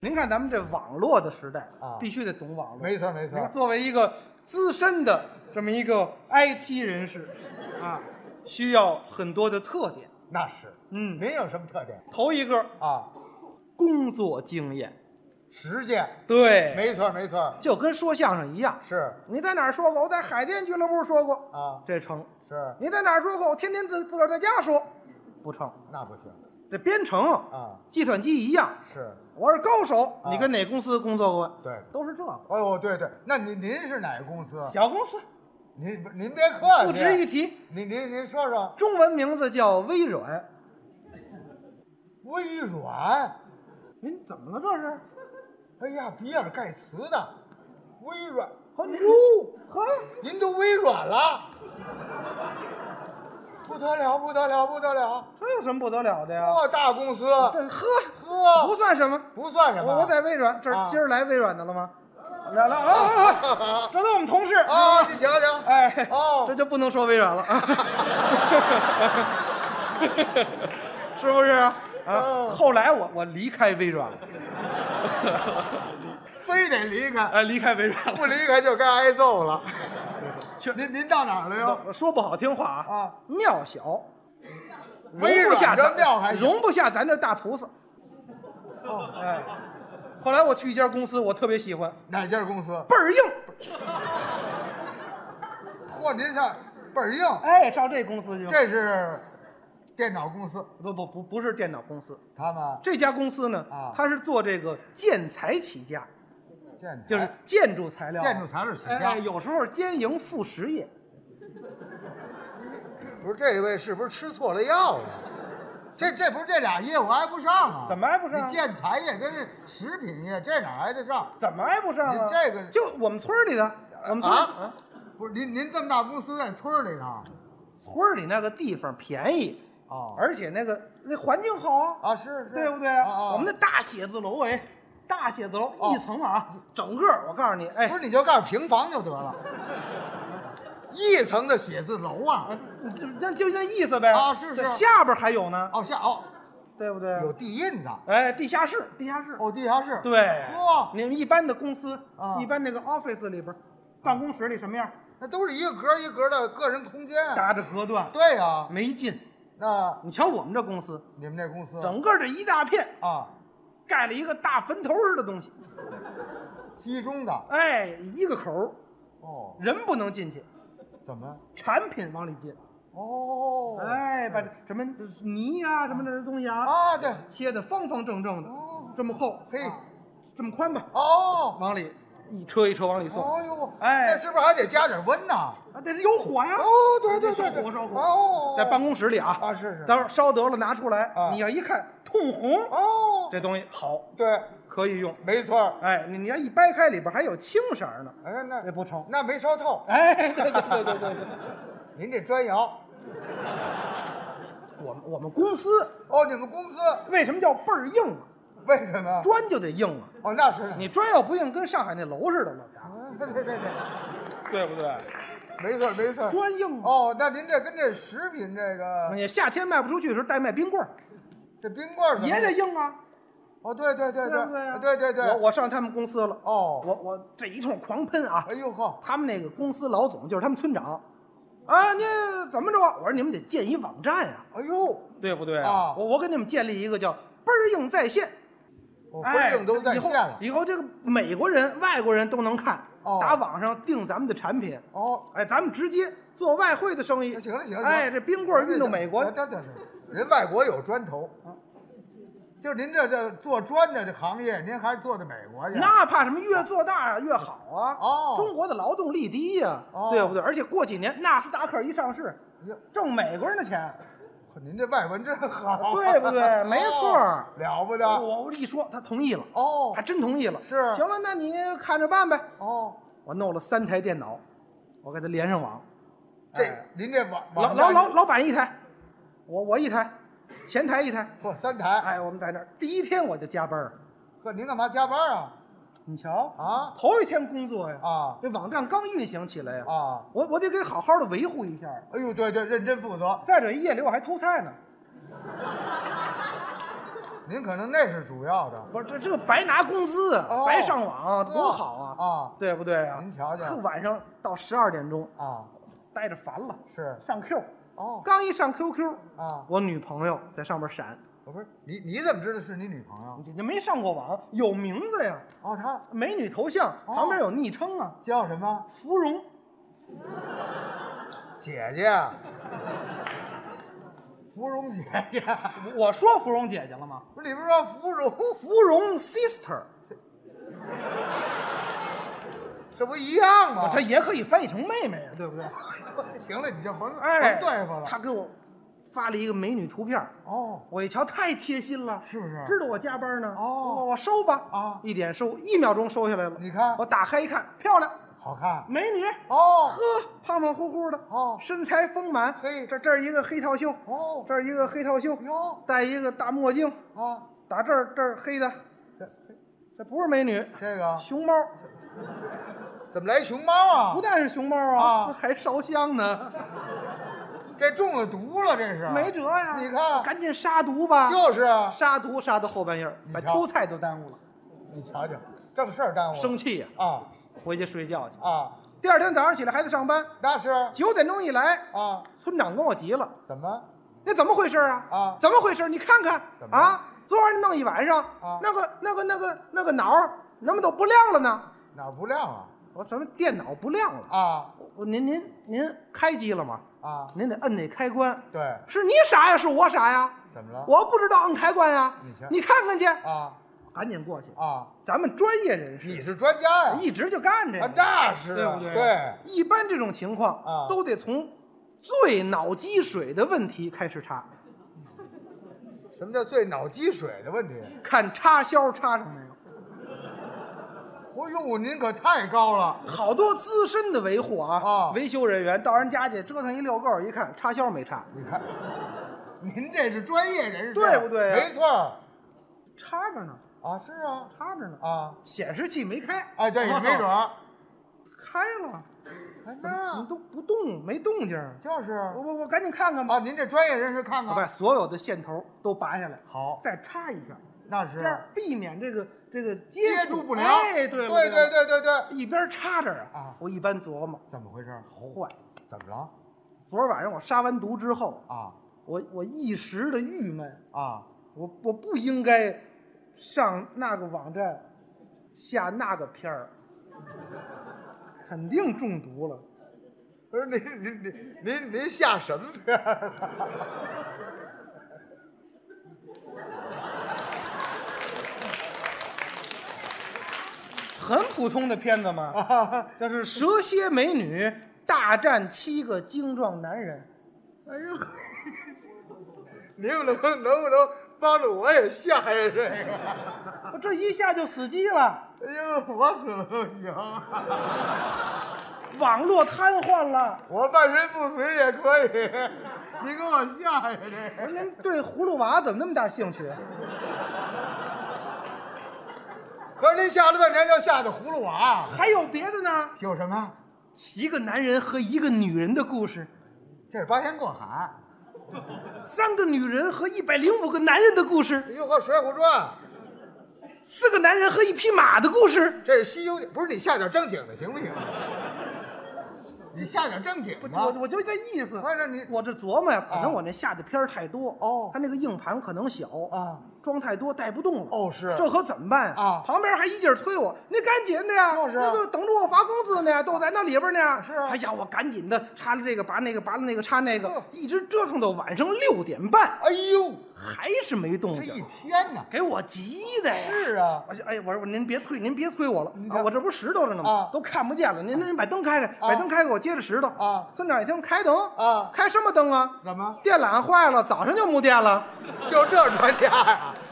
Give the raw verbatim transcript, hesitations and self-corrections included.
您看咱们这网络的时代啊必须得懂网络。 没错没错您看作为一个资深的这么一个 I T 人士，啊，需要很多的特点。 那是， 嗯， 您有什么特点头一个啊？ 工作经验。 实践， 对， 没错没错， 就跟说相声一样。 是你在哪儿说过？我在海淀俱乐部说过， 啊， 这成。 是你在哪儿说过？我天天自自个儿在家说，不成。 那不行这编程啊， 计算机一样。 是， 我是高手， 啊你跟哪公司工作过？ 对， 都是这个。 哎呦对对，那您您是哪个公司？ 小公司， 您您别客气， 不值一提。 您您您说说， 中文名字叫微软。 微软， 您怎么了？这是？ 哎呀，比尔盖茨的微软， 呵，您哟， 呵， 您都微软了，不得了不得了不得了， 这有什么不得了的呀？ 这大公司， 这呵， 呵， 不算什么。 不算什么， 我我在微软，这啊今儿来微软的了吗？来了啊啊！啊这都我们同事啊，你瞧瞧， 哎， 哦这就不能说微软了，是不是啊？ 哦后来我我离开微软了， 非得离开， 哎，离开微软了。 不离开就该挨揍了。 去您您到哪儿了哟？ 说不好听话啊， 啊， 庙小， 微软这容不下咱庙还小容不下咱这大菩萨。 哦， 哎，后来我去一家公司，我特别喜欢， 哪家公司？ 倍儿硬。 嚯，您上倍儿硬， 哎，上这公司去。 这是电脑公司， 不不不不是电脑公司， 他们这家公司呢， 啊它是做这个建材起家， 建材就是建筑材料啊， 建筑材料起家哎哎，有时候兼营副实业。 不是这位是不是吃错了药了？这这不是这俩业务挨不上啊？ 怎么挨不上啊你建材业跟这食品业这哪挨得上？ 怎么挨不上啊？ 你这个就我们村儿里的，我们村儿啊，不是您您这么大公司在村儿里头村儿里那个地方便宜， 哦而且那个那环境好啊， 啊是是， 对不对啊啊我们那大写字楼，哎，大写字楼哦一层啊，整个我告诉你，哎不，是你就告诉平房就得了，一层的写字楼啊， 啊就那就那意思呗啊是是这下边还有呢， 哦下哦对不对？ 有地印子， 哎，地下室，地下室。 哦地下室， 对， 哇你们一般的公司， 啊一般那个 office 里边，办公室里什么样？ 那都是一个格一格的个人空间。 搭着隔断， 对呀， 没劲。 那你瞧我们这公司， 你们这公司整个这一大片啊， 盖了一个大坟头似的东西， 集中的哎，一个口儿， 哦， 人不能进去， 怎么？ 产品往里进。 哦， 哎，把这什么泥呀、什么这东西啊， 啊，对， 切的方方正正的， 哦这么厚， 嘿啊这么宽吧， 哦， 往里一车一车往里送。 哎呦， 哎那是不是还得加点温呐？ 啊，得是有火呀。 哦，对对对对， 烧火烧火哦， 在办公室里啊， 啊是是， 待会儿烧得了拿出来， 啊你要一看通红， 哦， 这东西好， 对， 可以用。 没错， 哎，你你要一掰开，里边还有青色儿呢， 哎那这不成。 那没烧透， 哎，对对对对对对， 您这砖窑， 我们我们公司哦，你们公司为什么叫倍儿硬啊？ 为什么？ 砖就得硬啊， 哦，那是， 你砖要不硬，跟上海那楼似的了， 啊对对对对， 对不对？ 没错没错， 砖硬啊。 哦，那您这跟这食品这个你夏天卖不出去的时候，代卖冰棍儿这冰棍儿怎么也得硬啊， 哦，对对对对不对啊？ 对对对， 我我上他们公司了， 哦， 我我这一通狂喷啊， 哎呦呵， 他们那个公司老总就是他们村长，啊，你怎么着？我说你们得建一网站啊， 哎呦， 对不对啊我我给你们建立一个叫倍儿硬在线， 我规定都在以后线了， 以后这个美国人、外国人都能看， 哦打网上订咱们的产品， 哦， 哎，咱们直接做外汇的生意。 行了行了， 哎，这冰棍儿运到美国， 对对对，人外国有砖头，就您这这做砖的这行业，您还做到美国去？ 那怕什么？越做大越好啊！ 哦中国的劳动力低呀， 哦对不对？而且过几年纳斯达克一上市， 哟挣美国人的钱， 您这外文真好， 对不对？没错儿。 哦了不得， 我我一说，他同意了， 哦还真同意了。 是行了，那你看着办呗。 哦， 我弄了三台电脑，我给他连上网。 这哎您这网老网站老老老板一台，我我一台，前台一台。 嚯三台， 哎，我们在那儿第一天我就加班儿， 呵，您干嘛加班啊？ 你瞧， 啊头一天工作呀， 啊这网站刚运行起来呀， 啊！ 我我得给好好的维护一下。 哎呦，对对，认真负责。 再者夜里我还偷菜呢， 您可能那是主要的。 不是这这个白拿工资啊， 哦白上网多好啊， 啊， 对不对啊？ 您瞧瞧可晚上到十二点钟啊， 待着烦了， 是上 Q， 哦刚一上 Q Q， 啊， 我女朋友在上边闪， 我不是你你怎么知道是你女朋友？ 你这没上过网，有名字呀， 哦，她美女头像哦旁边有昵称啊， 叫什么？ 芙蓉。 姐姐，芙蓉姐姐， 我说芙蓉姐姐了吗？ 不是你不是说芙蓉？ 芙蓉 sister， 这不一样吗？ 她也可以翻译成妹妹呀，对不对？ 行了，你就甭哎， 甭对付了。 她给我发了一个美女图片， 哦， 我一瞧太贴心了， 是不是？ 知道我加班呢。 哦我我收吧。 啊一点收，一秒钟收下来了。 你看我打开一看，漂亮， 好看美女， 哦呵，胖胖乎乎的， 哦身材丰满。 嘿这这儿一个黑套袖， 哦这儿一个黑套袖， 哟戴一个大墨镜， 啊， 打这儿这儿黑的， 这这不是美女， 这个熊猫。 怎么来熊猫啊不？但是熊猫啊， 啊还烧香呢， 这中了毒了，这是没辙呀。 你看赶紧杀毒吧。 就是啊， 杀毒杀到后半夜儿， 你瞧把偷菜都耽误了， 你瞧瞧，正事儿耽误了生气呀， 啊回去睡觉去。 啊， 第二天早上起来还得上班， 那是九点钟一来， 啊， 村长跟我急了， 怎么那怎么回事啊？ 啊怎么回事？你看看怎么啊，昨晚弄一晚上， 啊那个那个那个那个脑儿怎么都不亮了呢？ 哪儿不亮啊？ 我说什么电脑不亮了？ 啊我您您您开机了吗？ 啊， 您得摁那开关。 对， 是你傻呀？是我傻呀？ 怎么了？ 我不知道摁开关呀你瞧。 你看看去， 啊赶紧过去。 啊， 咱们专业人士， 你是专家呀？ 一直就干这啊， 个， 那是啊对不对？ 对， 一般这种情况啊都得从最脑积水的问题开始查， 什么叫最脑积水的问题？ 看插销插上没有。 哦呦，您可太高了！ 好多资深的维护啊， 啊维修人员到人家去折腾一溜够儿，一看插销没插， 你看，您这是专业人士， 对不对啊没错儿插着呢， 啊，是啊插着呢， 啊， 显示器没开。 哎，对，也没准儿。 开了， 哎怎么那都不动，没动静儿。 就是我我我赶紧看看吧， 啊，您这专业人士看我把看。 所有的线头都拔下来， 好， 再插一下， 那这样是避免这个这个接触不良。 哎，对了对对，对对对， 一边插着啊啊， 我一般琢磨， 怎么回事？ 坏， 怎么了？ 昨儿晚上我杀完毒之后， 啊我我一时的郁闷， 啊， 我我不应该上那个网站下那个片儿，肯定中毒了。 不是您您您您您下什么片儿啊？ 很普通的片子嘛，就是蛇蝎美女大战七个精壮男人。 哎呦，您能能不能帮着我也下下这个？ 我这一下就死机了， 哎呦，我死了都行， 网络瘫痪了。 我半身不遂也可以。你给我下下我这说个。 您对葫芦娃怎么那么大兴趣？ 可是您下了半天要下的葫芦娃， 还有别的呢？ 有什么？ 一个男人和一个女人的故事， 这是八仙过海。 三个女人和一百零五个男人的故事， 哎呦呵，《水浒传》， 四个男人和一匹马的故事。 这是《西游记》，不是你下点正经的行不行？你下点正经的。 我我就这意思。 不是你我这琢磨呀，可能啊我那下的片儿太多哦它那个硬盘可能小啊， 装太多带不动了。 哦是这可怎么办啊旁边还一劲儿催我，你赶紧的呀， 就是那个等着我发工资呢，都在那里边呢。 是啊哎呀，我赶紧的插了这个，拔那个，拔了那个，插那个嗯， 一直折腾到晚上六点半， 哎呦， 还是没动这一静， 天呢。 给我急的呀。 是啊， 我就哎，我说您别催，您别催我了啊！ 你看我这不是拾掇着呢吗？ 啊都看不见了。您您把灯开开，把灯开开，我接着拾掇啊。 村长一听开灯啊开什么灯啊？ 怎么电缆坏了，早上就没电了。 就这专家呀？